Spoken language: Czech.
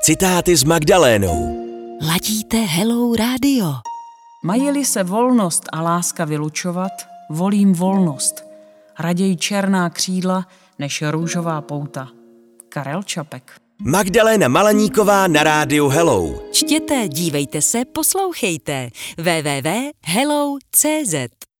Citáty s Magdalénou. Ladíte Hello Radio. Mají-li se volnost a láska vylučovat, volím volnost. Raději černá křídla než růžová pouta. Karel Čapek. Magdaléna Malaníková na rádiu Hello. Čtěte, dívejte se, poslouchejte. www.hello.cz